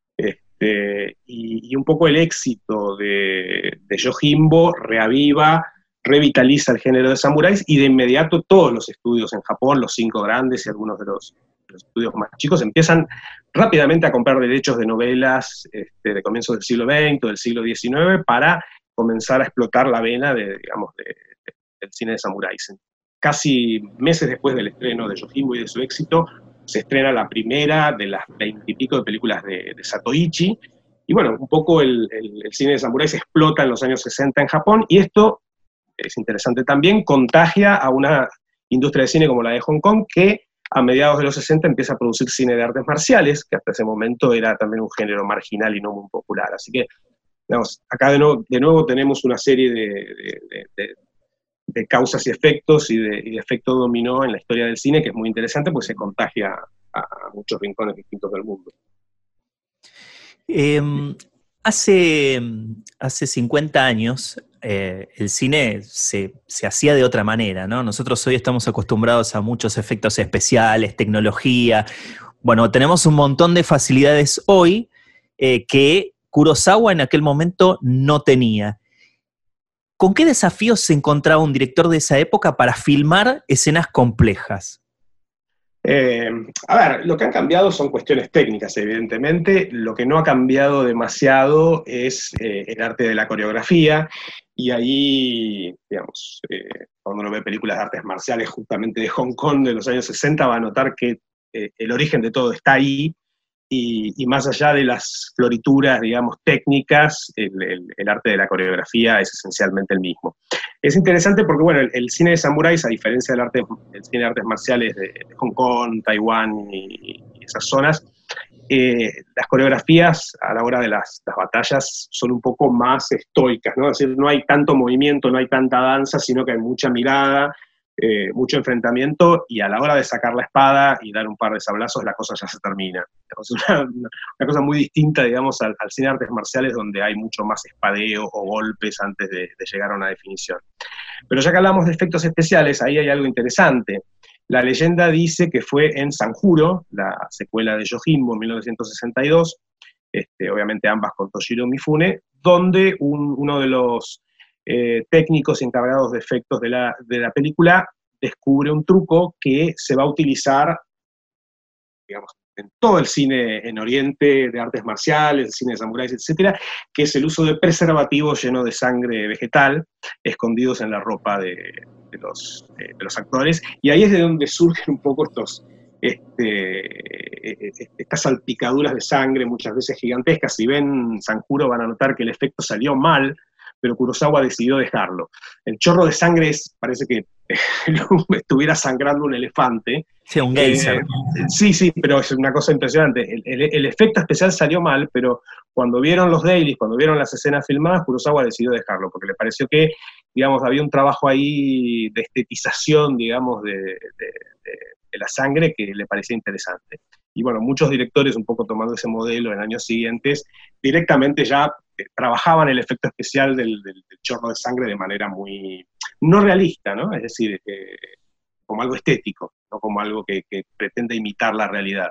y un poco el éxito de Yojimbo revitaliza el género de samuráis, y de inmediato todos los estudios en Japón, los 5 grandes y algunos de los estudios más chicos, empiezan rápidamente a comprar derechos de novelas de comienzos del siglo XX o del siglo XIX para comenzar a explotar la vena del cine de samuráis. Casi meses después del estreno de Yojimbo y de su éxito, se estrena la primera de las 20 y pico de películas de Satoichi, y bueno, un poco el cine de samuráis explota en los años 60 en Japón, y esto, es interesante también, contagia a una industria de cine como la de Hong Kong, que a mediados de los 60 empieza a producir cine de artes marciales, que hasta ese momento era también un género marginal y no muy popular. Así que, digamos, acá de nuevo tenemos una serie de causas y efectos y de efecto dominó en la historia del cine, que es muy interesante, pues se contagia a muchos rincones distintos del mundo. Hace 50 años el cine se hacía de otra manera, ¿no? Nosotros hoy estamos acostumbrados a muchos efectos especiales, tecnología. Bueno, tenemos un montón de facilidades hoy que Kurosawa en aquel momento no tenía. ¿Con qué desafíos se encontraba un director de esa época para filmar escenas complejas? A ver, lo que han cambiado son cuestiones técnicas, evidentemente. Lo que no ha cambiado demasiado es el arte de la coreografía, y ahí, digamos, cuando uno ve películas de artes marciales justamente de Hong Kong de los años 60, va a notar que el origen de todo está ahí, y más allá de las florituras, digamos, técnicas, el arte de la coreografía es esencialmente el mismo. Es interesante porque, bueno, el cine de samuráis, a diferencia del cine de artes marciales de Hong Kong, Taiwán y esas zonas, las coreografías a la hora de las batallas son un poco más estoicas, ¿no? Es decir, no hay tanto movimiento, no hay tanta danza, sino que hay mucha mirada, mucho enfrentamiento, y a la hora de sacar la espada y dar un par de sablazos, la cosa ya se termina. Es una cosa muy distinta, digamos, al cine de artes marciales, donde hay mucho más espadeo o golpes antes de llegar a una definición. Pero ya que hablamos de efectos especiales, ahí hay algo interesante. La leyenda dice que fue en Sanjuro, la secuela de Yojimbo en 1962, obviamente ambas con Toshiro Mifune, donde uno de los técnicos encargados de efectos de la película descubre un truco que se va a utilizar, digamos, en todo el cine en Oriente de artes marciales, el cine de samuráis, etcétera, que es el uso de preservativos llenos de sangre vegetal, escondidos en la ropa de los actores, y ahí es de donde surgen un poco estas salpicaduras de sangre, muchas veces gigantescas. Si ven Sanjuro van a notar que el efecto salió mal, pero Kurosawa decidió dejarlo. El chorro de sangre parece que estuviera sangrando un elefante. Sí, un geyser. Sí, pero es una cosa impresionante. El efecto especial salió mal, pero cuando vieron los dailies, cuando vieron las escenas filmadas, Kurosawa decidió dejarlo, porque le pareció que, digamos, había un trabajo ahí de estetización, digamos, de la sangre que le parecía interesante. Y bueno, muchos directores, un poco tomando ese modelo en años siguientes, directamente ya trabajaban el efecto especial del chorro de sangre de manera muy no realista, ¿no? Es decir, como algo estético, no como algo que pretende imitar la realidad.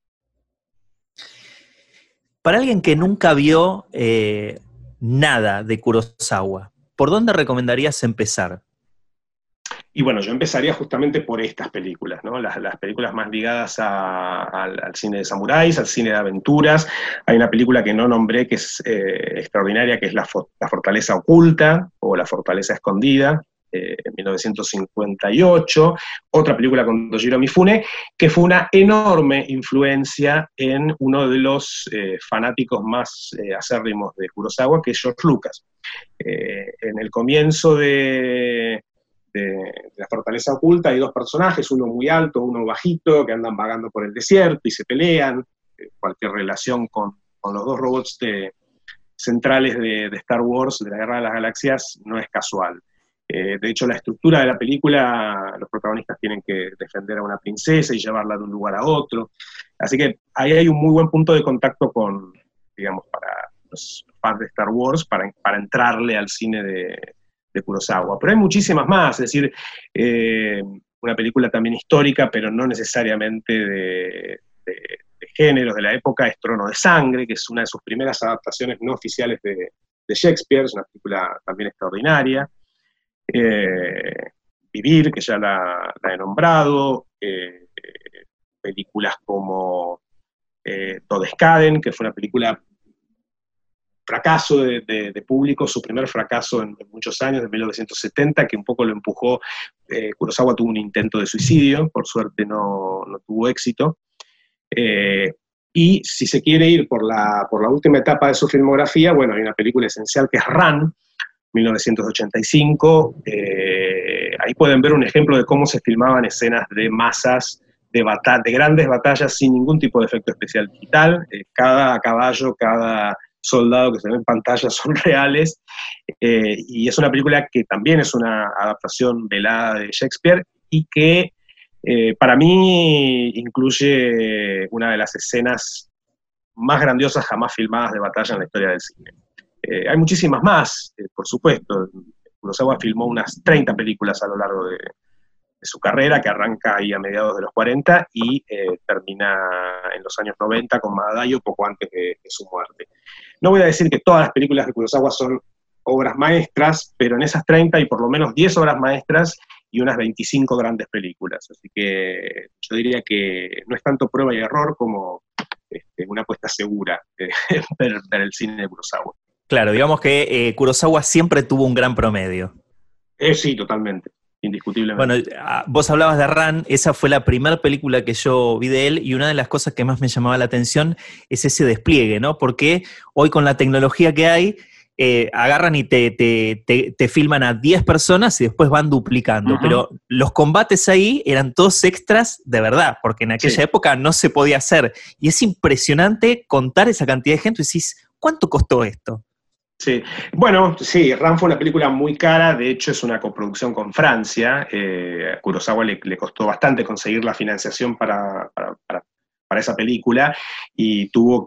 Para alguien que nunca vio nada de Kurosawa, ¿por dónde recomendarías empezar? Y bueno, yo empezaría justamente por estas películas, ¿no? Las películas más ligadas al cine de samuráis, al cine de aventuras. Hay una película que no nombré que es extraordinaria, que es La Fortaleza Oculta, o La Fortaleza Escondida, en 1958. Otra película con Toshiro Mifune, que fue una enorme influencia en uno de los fanáticos más acérrimos de Kurosawa, que es George Lucas. En el comienzo de La Fortaleza Oculta hay dos personajes, uno muy alto, uno bajito, que andan vagando por el desierto y se pelean. Cualquier relación con los dos robots centrales de Star Wars, de la Guerra de las Galaxias, no es casual. De hecho, la estructura de la película, los protagonistas tienen que defender a una princesa y llevarla de un lugar a otro. Así que ahí hay un muy buen punto de contacto con, digamos, para los fans de Star Wars, para entrarle al cine de Kurosawa. Pero hay muchísimas más, es decir, una película también histórica, pero no necesariamente de géneros de la época, es Trono de Sangre, que es una de sus primeras adaptaciones no oficiales de Shakespeare, es una película también extraordinaria. Vivir, que ya la he nombrado, películas como Todeskaden, que fue una película fracaso de público, su primer fracaso en muchos años, de 1970, que un poco lo empujó. Kurosawa tuvo un intento de suicidio, por suerte no tuvo éxito. Y si se quiere ir por la última etapa de su filmografía, bueno, hay una película esencial que es Ran, 1985, ahí pueden ver un ejemplo de cómo se filmaban escenas de masas, de grandes batallas sin ningún tipo de efecto especial digital. Cada caballo, cada soldado que se ve en pantalla son reales, y es una película que también es una adaptación velada de Shakespeare, y que para mí incluye una de las escenas más grandiosas jamás filmadas de batalla en la historia del cine. Hay muchísimas más, por supuesto. Kurosawa filmó unas 30 películas a lo largo de su carrera, que arranca ahí a mediados de los 40 y termina en los años 90 con Madadayo, poco antes de su muerte. No voy a decir que todas las películas de Kurosawa son obras maestras, pero en esas 30 hay por lo menos 10 obras maestras y unas 25 grandes películas. Así que yo diría que no es tanto prueba y error como una apuesta segura ver el cine de Kurosawa. Claro, digamos que Kurosawa siempre tuvo un gran promedio. Sí, totalmente, indiscutiblemente. Bueno, vos hablabas de Ran, esa fue la primera película que yo vi de él, y una de las cosas que más me llamaba la atención es ese despliegue, ¿no? Porque hoy con la tecnología que hay, agarran y te filman a 10 personas y después van duplicando, pero los combates ahí eran todos extras de verdad, porque en aquella época no se podía hacer, y es impresionante contar esa cantidad de gente y decís, ¿cuánto costó esto? Sí, bueno, sí, Ran fue una película muy cara, de hecho es una coproducción con Francia. A Kurosawa le costó bastante conseguir la financiación para esa película, y tuvo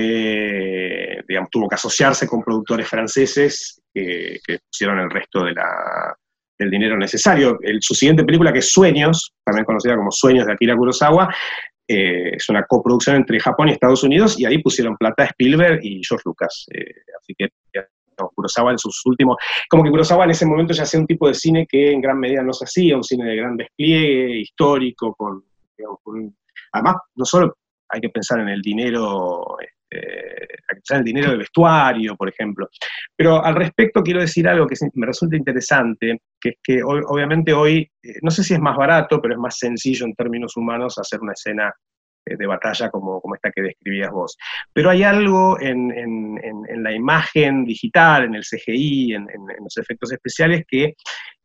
que asociarse con productores franceses que pusieron el resto del dinero necesario. Su siguiente película, que es Sueños, también conocida como Sueños de Akira Kurosawa, es una coproducción entre Japón y Estados Unidos, y ahí pusieron plata Spielberg y George Lucas. Así que Kurosawa en sus últimos... Como que Kurosawa en ese momento ya hacía un tipo de cine que en gran medida no se hacía, un cine de gran despliegue, histórico, además, no solo hay que pensar en el dinero, hay que pensar en el dinero del vestuario, por ejemplo. Pero al respecto quiero decir algo que me resulta interesante, que es que obviamente hoy, no sé si es más barato, pero es más sencillo en términos humanos hacer una escena de batalla como esta que describías vos. Pero hay algo en la imagen digital, en el CGI, en los efectos especiales, que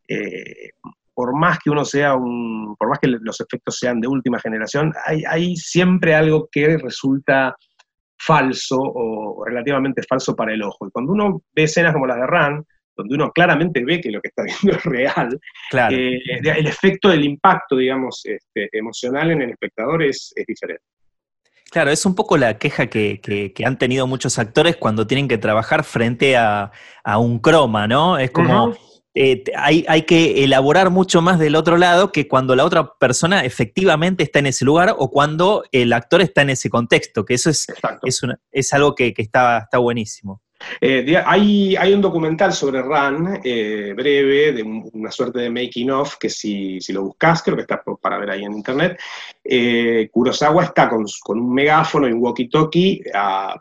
por más que por más que los efectos sean de última generación, hay siempre algo que resulta falso o relativamente falso para el ojo. Y cuando uno ve escenas como las de Ran, donde uno claramente ve que lo que está viendo es real, claro. El efecto del impacto, digamos, emocional en el espectador es diferente. Claro, es un poco la queja que han tenido muchos actores cuando tienen que trabajar frente a un croma, ¿no? Es como... hay que elaborar mucho más del otro lado que cuando la otra persona efectivamente está en ese lugar o cuando el actor está en ese contexto, que eso es algo que está buenísimo. Hay un documental sobre Ran, breve, de una suerte de making of, que si lo buscas, creo que está para ver ahí en internet. Kurosawa está con un megáfono y un walkie-talkie a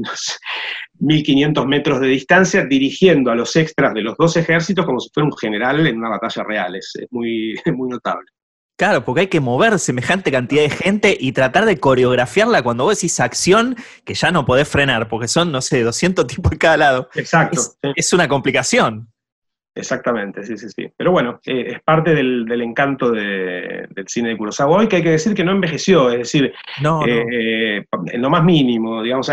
1500 metros de distancia, dirigiendo a los extras de los dos ejércitos como si fuera un general en una batalla real. Es muy notable. Claro, porque hay que mover semejante cantidad de gente y tratar de coreografiarla cuando vos decís acción, que ya no podés frenar, porque son, no sé, 200 tipos de cada lado. Exacto. Es una complicación. Exactamente, sí. Pero bueno, es parte del encanto del cine de Kurosawa hoy, que hay que decir que no envejeció, es decir, en lo más mínimo, digamos,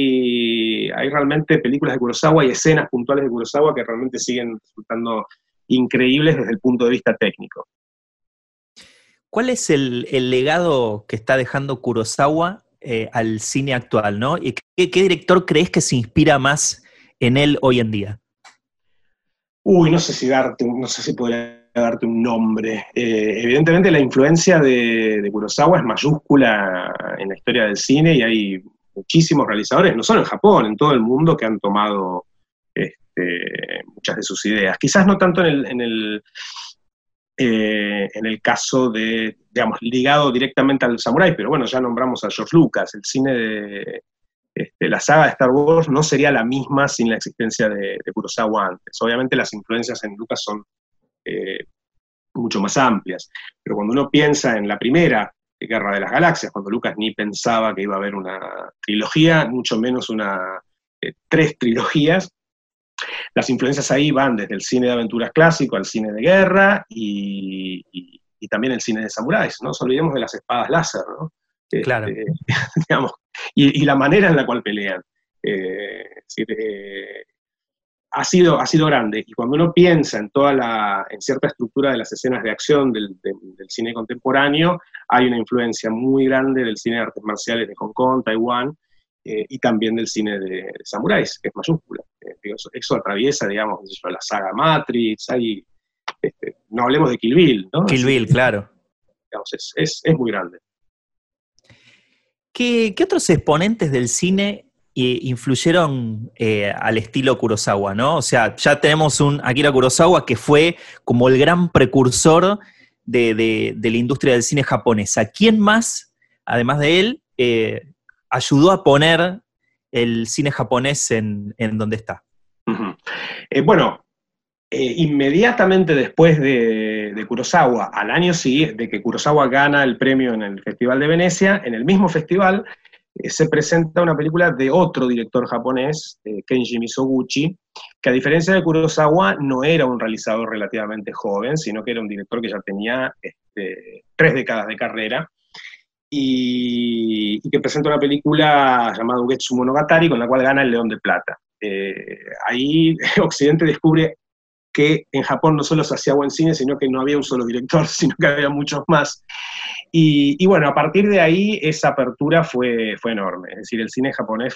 hay realmente películas de Kurosawa y escenas puntuales de Kurosawa que realmente siguen resultando increíbles desde el punto de vista técnico. ¿Cuál es el legado que está dejando Kurosawa al cine actual, ¿no? ¿Y qué director crees que se inspira más en él hoy en día? No sé si podría darte un nombre. Evidentemente la influencia de Kurosawa es mayúscula en la historia del cine y hay muchísimos realizadores, no solo en Japón, en todo el mundo, que han tomado muchas de sus ideas. Quizás no tanto en el caso de, digamos, ligado directamente al samurái, pero bueno, ya nombramos a George Lucas. El cine de la saga de Star Wars no sería la misma sin la existencia de Kurosawa antes. Obviamente las influencias en Lucas son mucho más amplias, pero cuando uno piensa en la primera Guerra de las Galaxias, cuando Lucas ni pensaba que iba a haber una trilogía, mucho menos 3 trilogías, las influencias ahí van desde el cine de aventuras clásico al cine de guerra y también el cine de samuráis. No nos olvidemos de las espadas láser, ¿no? Claro. Digamos, y la manera en la cual pelean. Ha sido grande, y cuando uno piensa en cierta estructura de las escenas de acción del cine contemporáneo, hay una influencia muy grande del cine de artes marciales de Hong Kong, Taiwán, y también del cine de samuráis, que es mayúscula. Eso atraviesa, digamos, la saga Matrix, no hablemos de Kill Bill, ¿no? Kill Bill, claro. Digamos, es muy grande. ¿Qué otros exponentes del cine influyeron al estilo Kurosawa, ¿no? O sea, ya tenemos un Akira Kurosawa que fue como el gran precursor de la industria del cine japonesa. ¿Quién más, además de él, ayudó a poner el cine japonés en donde está? Uh-huh. Inmediatamente después de Kurosawa, al año siguiente de que Kurosawa gana el premio en el Festival de Venecia, en el mismo festival se presenta una película de otro director japonés, Kenji Mizoguchi, que a diferencia de Kurosawa no era un realizador relativamente joven, sino que era un director que ya tenía 3 décadas de carrera, y que presenta una película llamada Ugetsu Monogatari, con la cual gana el León de Plata. Ahí Occidente descubre que en Japón no solo se hacía buen cine, sino que no había un solo director, sino que había muchos más. Y bueno, a partir de ahí esa apertura fue enorme. Es decir, el cine japonés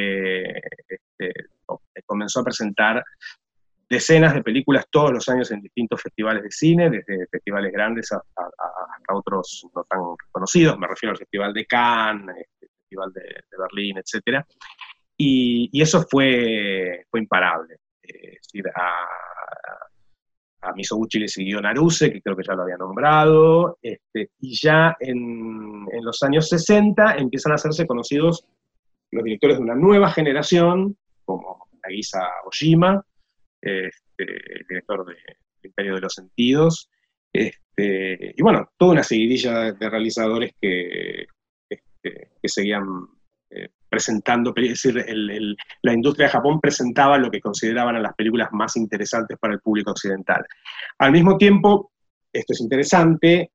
comenzó a presentar decenas de películas todos los años en distintos festivales de cine, desde festivales grandes hasta otros no tan reconocidos. Me refiero al Festival de Cannes, el Festival de Berlín, etc. Y eso fue imparable. Es decir, a Mizoguchi le siguió Naruse, que creo que ya lo había nombrado, y ya en los años 60 empiezan a hacerse conocidos los directores de una nueva generación, como Nagisa Ojima, el director de El Imperio de los Sentidos, y bueno, toda una seguidilla de realizadores que seguían presentando, es decir, la industria de Japón presentaba lo que consideraban a las películas más interesantes para el público occidental. Al mismo tiempo, esto es interesante,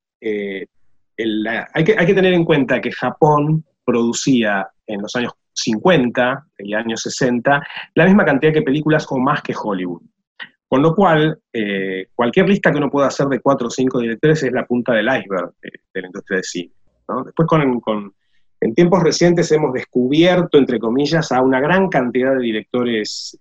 hay que tener en cuenta que Japón producía en los años 50 y años 60 la misma cantidad de películas o más que Hollywood. Con lo cual, cualquier lista que uno pueda hacer de 4 o 5 directores es la punta del iceberg de la industria del cine, ¿no? Después en tiempos recientes hemos descubierto, entre comillas, a una gran cantidad de directores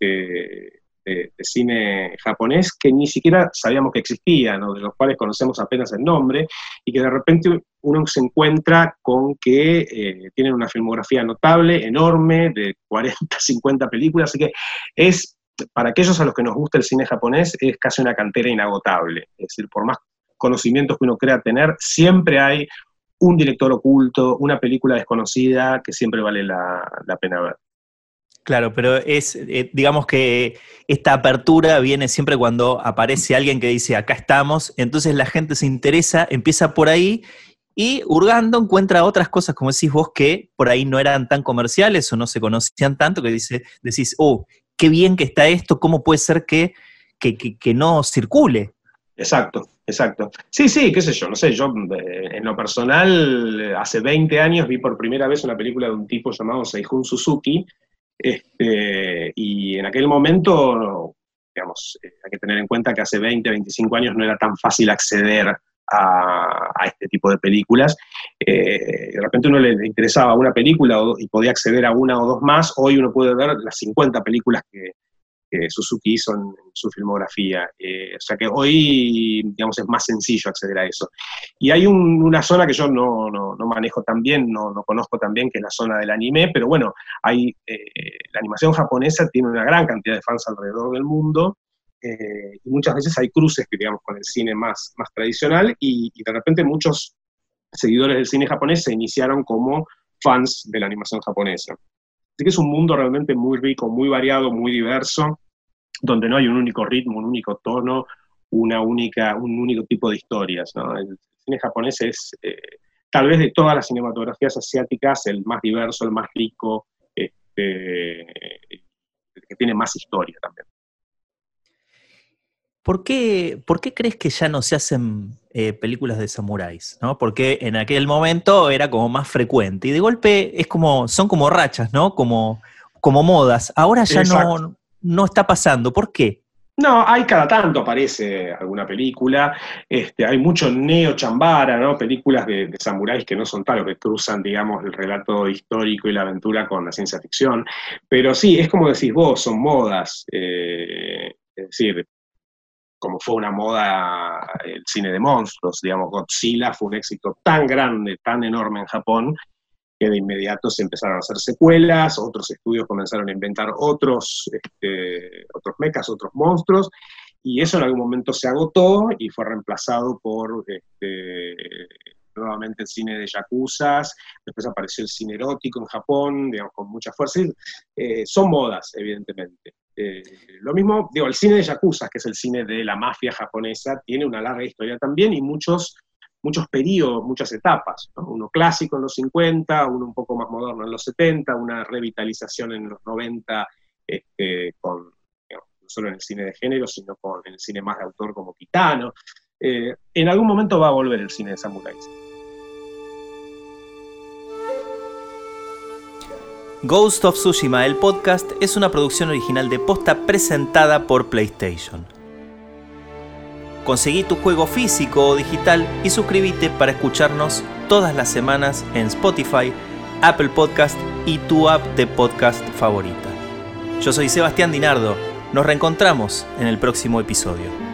de cine japonés que ni siquiera sabíamos que existían, o de los cuales conocemos apenas el nombre, y que de repente uno se encuentra con que tienen una filmografía notable, enorme, de 40, 50 películas, así que para aquellos a los que nos gusta el cine japonés, es casi una cantera inagotable. Es decir, por más conocimientos que uno crea tener, siempre hay un director oculto, una película desconocida que siempre vale la pena ver. Claro, pero digamos que esta apertura viene siempre cuando aparece alguien que dice, acá estamos, entonces la gente se interesa, empieza por ahí, y hurgando encuentra otras cosas, como decís vos, que por ahí no eran tan comerciales o no se conocían tanto, que decís, oh, qué bien que está esto, ¿cómo puede ser que no circule? Exacto. Sí, qué sé yo, no sé, yo en lo personal, hace 20 años vi por primera vez una película de un tipo llamado Seijun Suzuki, y en aquel momento hay que tener en cuenta que hace 20, 25 años no era tan fácil acceder a este tipo de películas. De repente uno le interesaba una película y podía acceder a una o dos más. Hoy uno puede ver las 50 películas que Suzuki hizo en su filmografía. O sea que hoy, digamos, es más sencillo acceder a eso. Y hay una zona que yo no manejo tan bien, no conozco tan bien, que es la zona del anime, pero bueno, la animación japonesa tiene una gran cantidad de fans alrededor del mundo, y muchas veces hay cruces, digamos, con el cine más tradicional, y de repente muchos seguidores del cine japonés se iniciaron como fans de la animación japonesa. Así que es un mundo realmente muy rico, muy variado, muy diverso, donde no hay un único ritmo, un único tono, un único tipo de historias, ¿no? El cine japonés es, tal vez de todas las cinematografías asiáticas, el más diverso, el más rico, el que tiene más historia también. ¿Por qué crees que ya no se hacen películas de samuráis, ¿no? Porque en aquel momento era como más frecuente y de golpe son como rachas, ¿no? Como modas. Ahora ya no está pasando. ¿Por qué? No, hay cada tanto aparece alguna película, hay mucho neo-chambara, ¿no? Películas de samuráis que no son tal, o que cruzan, digamos, el relato histórico y la aventura con la ciencia ficción. Pero sí, es como decís vos, son modas. Es decir, como fue una moda el cine de monstruos, digamos, Godzilla fue un éxito tan grande, tan enorme en Japón, que de inmediato se empezaron a hacer secuelas, otros estudios comenzaron a inventar otros mechas, otros monstruos, y eso en algún momento se agotó y fue reemplazado por nuevamente el cine de yakuzas, después apareció el cine erótico en Japón, digamos, con mucha fuerza. Son modas, evidentemente. Lo mismo, el cine de yakuzas, que es el cine de la mafia japonesa, tiene una larga historia también y muchos periodos, muchas etapas, ¿no? Uno clásico en los 50, uno un poco más moderno en los 70, una revitalización en los 90, no solo en el cine de género, sino con el cine más de autor como Kitano. En algún momento va a volver el cine de samuráis. Ghost of Tsushima, el podcast, es una producción original de Posta presentada por PlayStation. Conseguí tu juego físico o digital y suscríbete para escucharnos todas las semanas en Spotify, Apple Podcast y tu app de podcast favorita. Yo soy Sebastián Dinardo. Nos reencontramos en el próximo episodio.